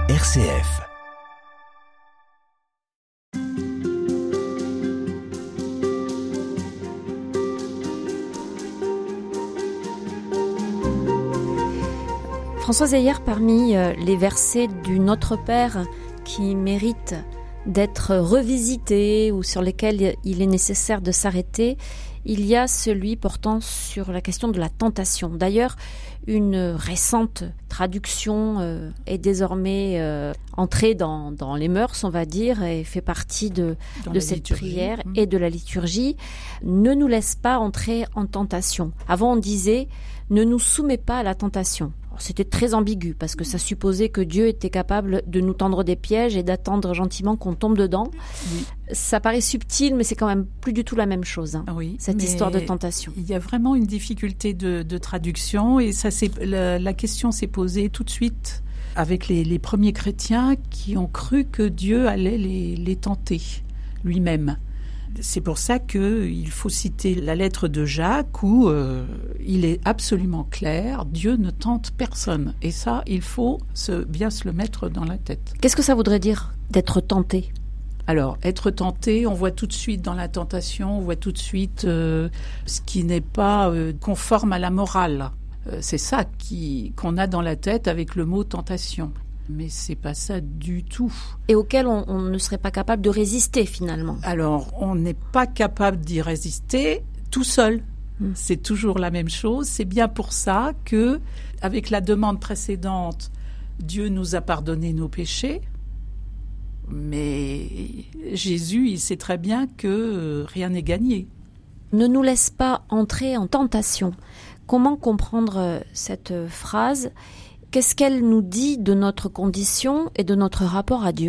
RCF. Françoise Heyer, parmi les versets du Notre Père qui méritent d'être revisités ou sur lesquels il est nécessaire de s'arrêter, il y a celui portant sur la question de la tentation. D'ailleurs, une récente traduction est désormais entrée dans les mœurs, on va dire, et fait partie de cette prière et de la liturgie. Ne nous laisse pas entrer en tentation. Avant, on disait « ne nous soumets pas à la tentation ». C'était très ambigu parce que ça supposait que Dieu était capable de nous tendre des pièges et d'attendre gentiment qu'on tombe dedans. Oui. Ça paraît subtil, mais c'est quand même plus du tout la même chose, oui, cette histoire de tentation. Il y a vraiment une difficulté de traduction et la question s'est posée tout de suite avec les premiers chrétiens qui ont cru que Dieu allait les tenter lui-même. C'est pour ça qu'il faut citer la lettre de Jacques où il est absolument clair, Dieu ne tente personne. Et ça, il faut bien se le mettre dans la tête. Qu'est-ce que ça voudrait dire d'être tenté ? Alors, être tenté, on voit tout de suite dans la tentation, on voit tout de suite ce qui n'est pas conforme à la morale. C'est ça qu'on a dans la tête avec le mot tentation. Mais c'est pas ça du tout. Et auquel on ne serait pas capable de résister finalement. Alors, on n'est pas capable d'y résister tout seul. C'est toujours la même chose. C'est bien pour ça que, avec la demande précédente, Dieu nous a pardonné nos péchés. Mais Jésus, il sait très bien que rien n'est gagné. Ne nous laisse pas entrer en tentation. Comment comprendre cette phrase ? Qu'est-ce qu'elle nous dit de notre condition et de notre rapport à Dieu ?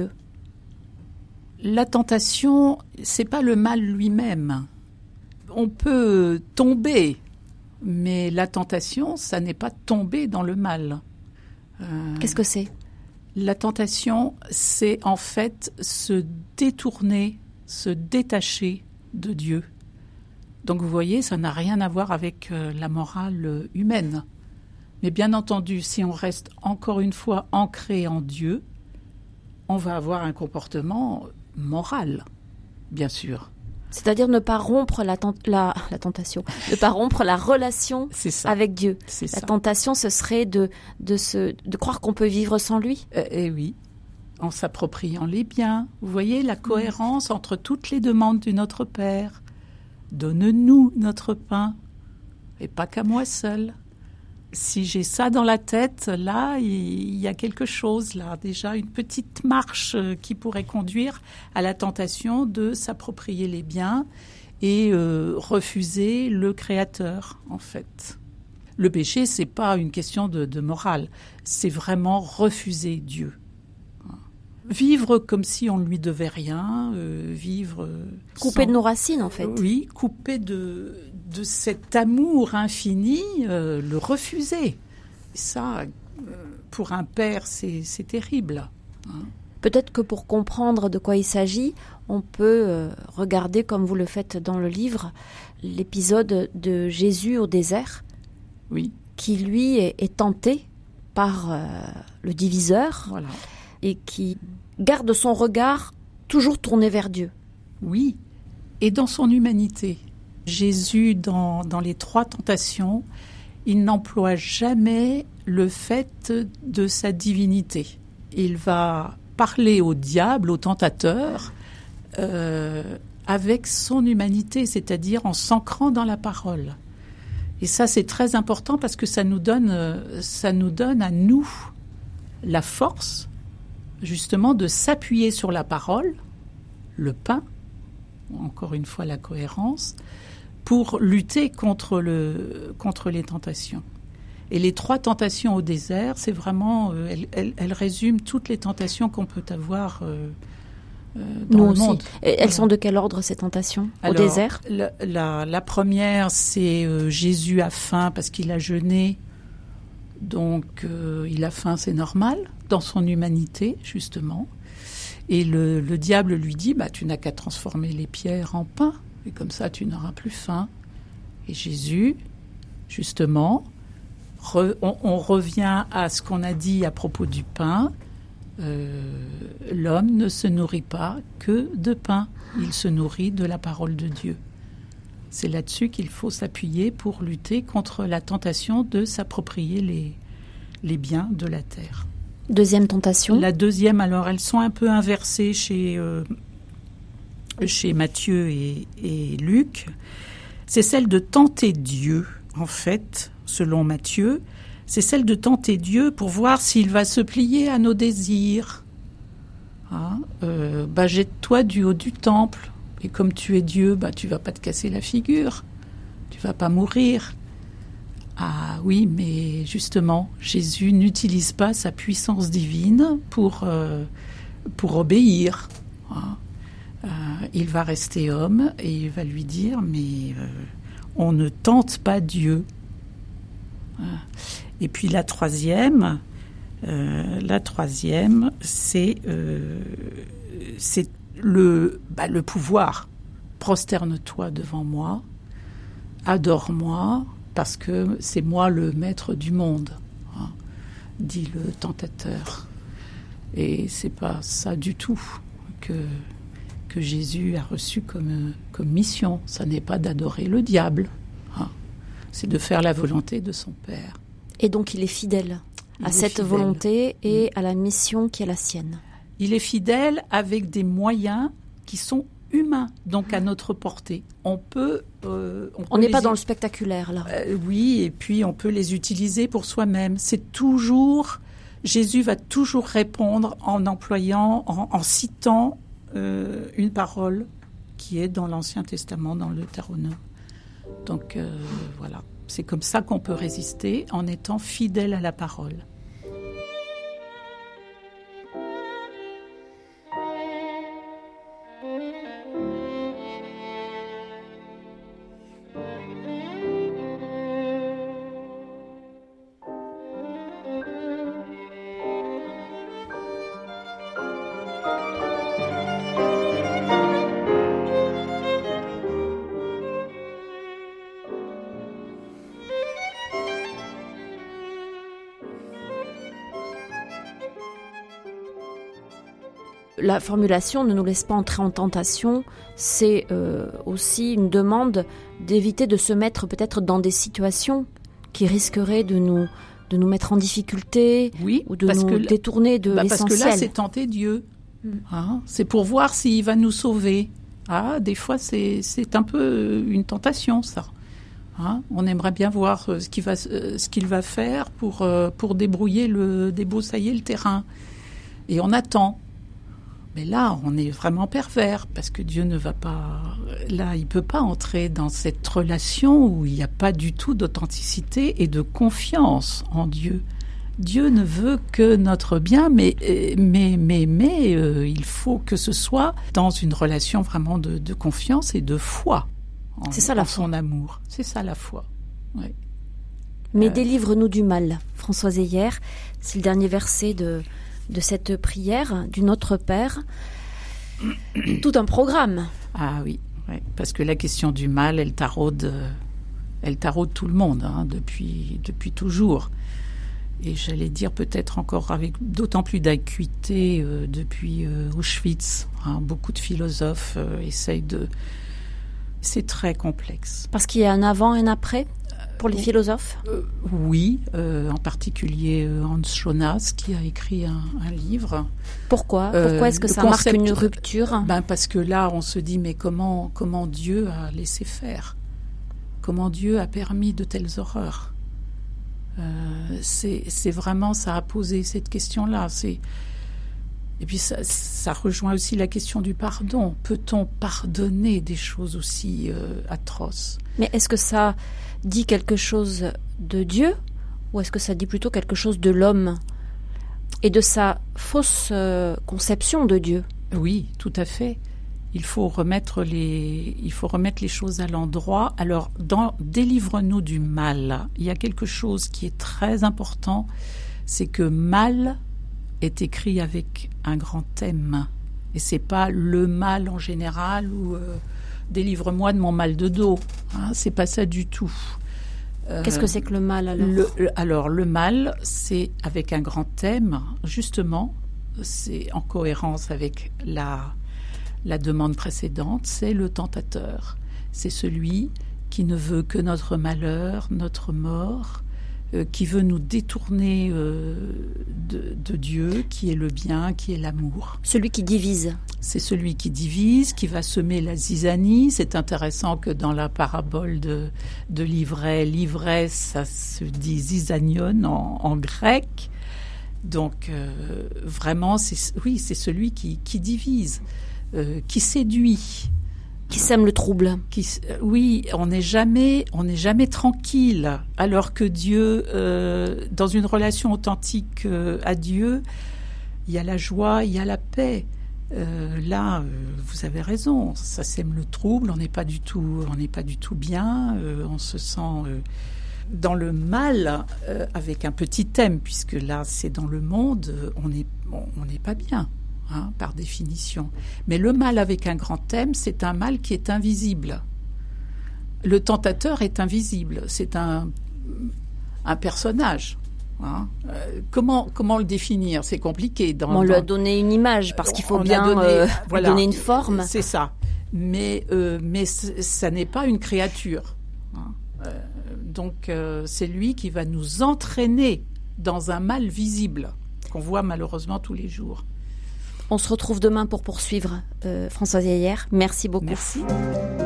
La tentation, c'est pas le mal lui-même. On peut tomber, mais la tentation, ça n'est pas tomber dans le mal. Qu'est-ce que c'est ? La tentation, c'est en fait se détourner, se détacher de Dieu. Donc vous voyez, ça n'a rien à voir avec la morale humaine. Mais bien entendu, si on reste encore une fois ancré en Dieu, on va avoir un comportement moral, bien sûr. C'est-à-dire ne pas rompre la tentation, ne pas rompre la relation avec Dieu. La tentation, ce serait de croire qu'on peut vivre sans lui. Et oui, en s'appropriant les biens. Vous voyez la cohérence entre toutes les demandes du Notre Père. Donne-nous notre pain, et pas qu'à moi seul. Si j'ai ça dans la tête, là, il y a quelque chose, là, déjà une petite marche qui pourrait conduire à la tentation de s'approprier les biens et refuser le Créateur, en fait. Le péché, c'est pas une question de morale, c'est vraiment refuser Dieu. Vivre comme si on ne lui devait rien, vivre... Coupé de nos racines, en fait. Oui, coupé de cet amour infini, le refuser. Et ça, pour un père, c'est terrible. Peut-être que pour comprendre de quoi il s'agit, on peut regarder, comme vous le faites dans le livre, l'épisode de Jésus au désert, oui, qui lui est tenté par le diviseur. Voilà. Et qui garde son regard toujours tourné vers Dieu. Oui, et dans son humanité. Jésus, dans les 3 tentations, il n'emploie jamais le fait de sa divinité. Il va parler au diable, au tentateur, avec son humanité, c'est-à-dire en s'ancrant dans la parole. Et ça, c'est très important parce que ça nous donne à nous la force justement de s'appuyer sur la parole, le pain, encore une fois la cohérence, pour lutter contre les tentations. Et les 3 tentations au désert, c'est vraiment, elles résument toutes les tentations qu'on peut avoir dans le monde. Et elles sont de quel ordre ces tentations au désert ? La première, c'est Jésus a faim parce qu'il a jeûné. Donc, il a faim, c'est normal, dans son humanité, justement. Et le diable lui dit, tu n'as qu'à transformer les pierres en pain, et comme ça, tu n'auras plus faim. Et Jésus, justement, on revient à ce qu'on a dit à propos du pain. l'homme ne se nourrit pas que de pain, il se nourrit de la parole de Dieu. C'est là-dessus qu'il faut s'appuyer pour lutter contre la tentation de s'approprier les biens de la terre. Deuxième tentation. La deuxième, alors, elles sont un peu inversées chez Matthieu et Luc. C'est celle de tenter Dieu, en fait, selon Matthieu. C'est celle de tenter Dieu pour voir s'il va se plier à nos désirs. Jette-toi du haut du temple. Et comme tu es Dieu, tu vas pas te casser la figure. Tu vas pas mourir. Ah oui, mais justement, Jésus n'utilise pas sa puissance divine pour obéir. Il va rester homme et il va lui dire, mais on ne tente pas Dieu. Et puis la troisième, c'est le pouvoir. Prosterne-toi devant moi, adore-moi, parce que c'est moi le maître du monde, dit le tentateur. Et c'est pas ça du tout que Jésus a reçu comme mission. Ça n'est pas d'adorer le diable, c'est de faire la volonté de son Père. Et donc il est fidèle à cette volonté et à la mission qui est la sienne. Il est fidèle avec des moyens qui sont humains, donc à notre portée. On n'est pas dans le spectaculaire, là. Oui, et puis on peut les utiliser pour soi-même. C'est toujours... Jésus va toujours répondre en employant, en citant une parole qui est dans l'Ancien Testament, dans le Deutéronome. Donc voilà, c'est comme ça qu'on peut résister en étant fidèle à la parole. La formulation « ne nous laisse pas entrer en tentation », c'est aussi une demande d'éviter de se mettre peut-être dans des situations qui risqueraient de nous mettre en difficulté, ou de nous détourner de l'essentiel. Parce que là, c'est tenter Dieu. C'est pour voir s'il va nous sauver. Des fois, c'est un peu une tentation, ça. On aimerait bien voir ce qu'il va faire pour débroussailler le terrain. Et on attend. Mais là, on est vraiment pervers, parce que Dieu ne va pas... Là, il ne peut pas entrer dans cette relation où il n'y a pas du tout d'authenticité et de confiance en Dieu. Dieu ne veut que notre bien, mais il faut que ce soit dans une relation vraiment de confiance et de foi. C'est ça la foi. Son amour. C'est ça la foi, oui. Mais délivre-nous du mal, Françoise Heyer. C'est le dernier verset de cette prière du Notre Père. Tout un programme. Ah oui, parce que la question du mal, elle taraude tout le monde, depuis toujours. Et j'allais dire peut-être encore avec d'autant plus d'acuité depuis Auschwitz. Beaucoup de philosophes essayent de... C'est très complexe. Parce qu'il y a un avant et un après pour les philosophes. Oui, en particulier Hans Jonas qui a écrit un livre. Pourquoi est-ce que ça marque une rupture ? Parce que là, on se dit, mais comment Dieu a laissé faire ? Comment Dieu a permis de telles horreurs ? C'est vraiment, ça a posé cette question-là. Et puis ça rejoint aussi la question du pardon. Peut-on pardonner des choses aussi atroces ? Mais est-ce que ça dit quelque chose de Dieu ou est-ce que ça dit plutôt quelque chose de l'homme et de sa fausse conception de Dieu ? Oui, tout à fait. Il faut remettre les choses à l'endroit. Alors, dans Délivre-nous du mal, il y a quelque chose qui est très important, c'est que mal est écrit avec un grand M. Et c'est pas le mal en général ou délivre-moi de mon mal de dos. C'est pas ça du tout. Qu'est-ce que c'est que le mal alors ? Le mal, c'est avec un grand M, justement, c'est en cohérence avec la demande précédente, c'est le tentateur. C'est celui qui ne veut que notre malheur, notre mort, qui veut nous détourner de Dieu, qui est le bien, qui est l'amour. Celui qui divise. C'est celui qui divise, qui va semer la zizanie. C'est intéressant que dans la parabole de l'ivraie, ça se dit zizanion en grec. Donc, vraiment, c'est celui qui divise, qui séduit. Qui sème le trouble. Oui, on n'est jamais tranquille. Alors que Dieu, dans une relation authentique à Dieu, il y a la joie, il y a la paix. Là, vous avez raison, ça sème le trouble. On n'est pas du tout bien. On se sent dans le mal avec un petit thème, puisque là, c'est dans le monde. On n'est pas bien. Par définition. Mais le mal avec un grand thème, c'est un mal qui est invisible. Le tentateur est invisible. C'est un personnage. Comment le définir ? C'est compliqué. On lui a donné une image, parce qu'il faut bien lui donner une forme. C'est ça. Mais ça n'est pas une créature. Donc, c'est lui qui va nous entraîner dans un mal visible qu'on voit malheureusement tous les jours. On se retrouve demain pour poursuivre. Françoise Yehier, merci beaucoup. Merci.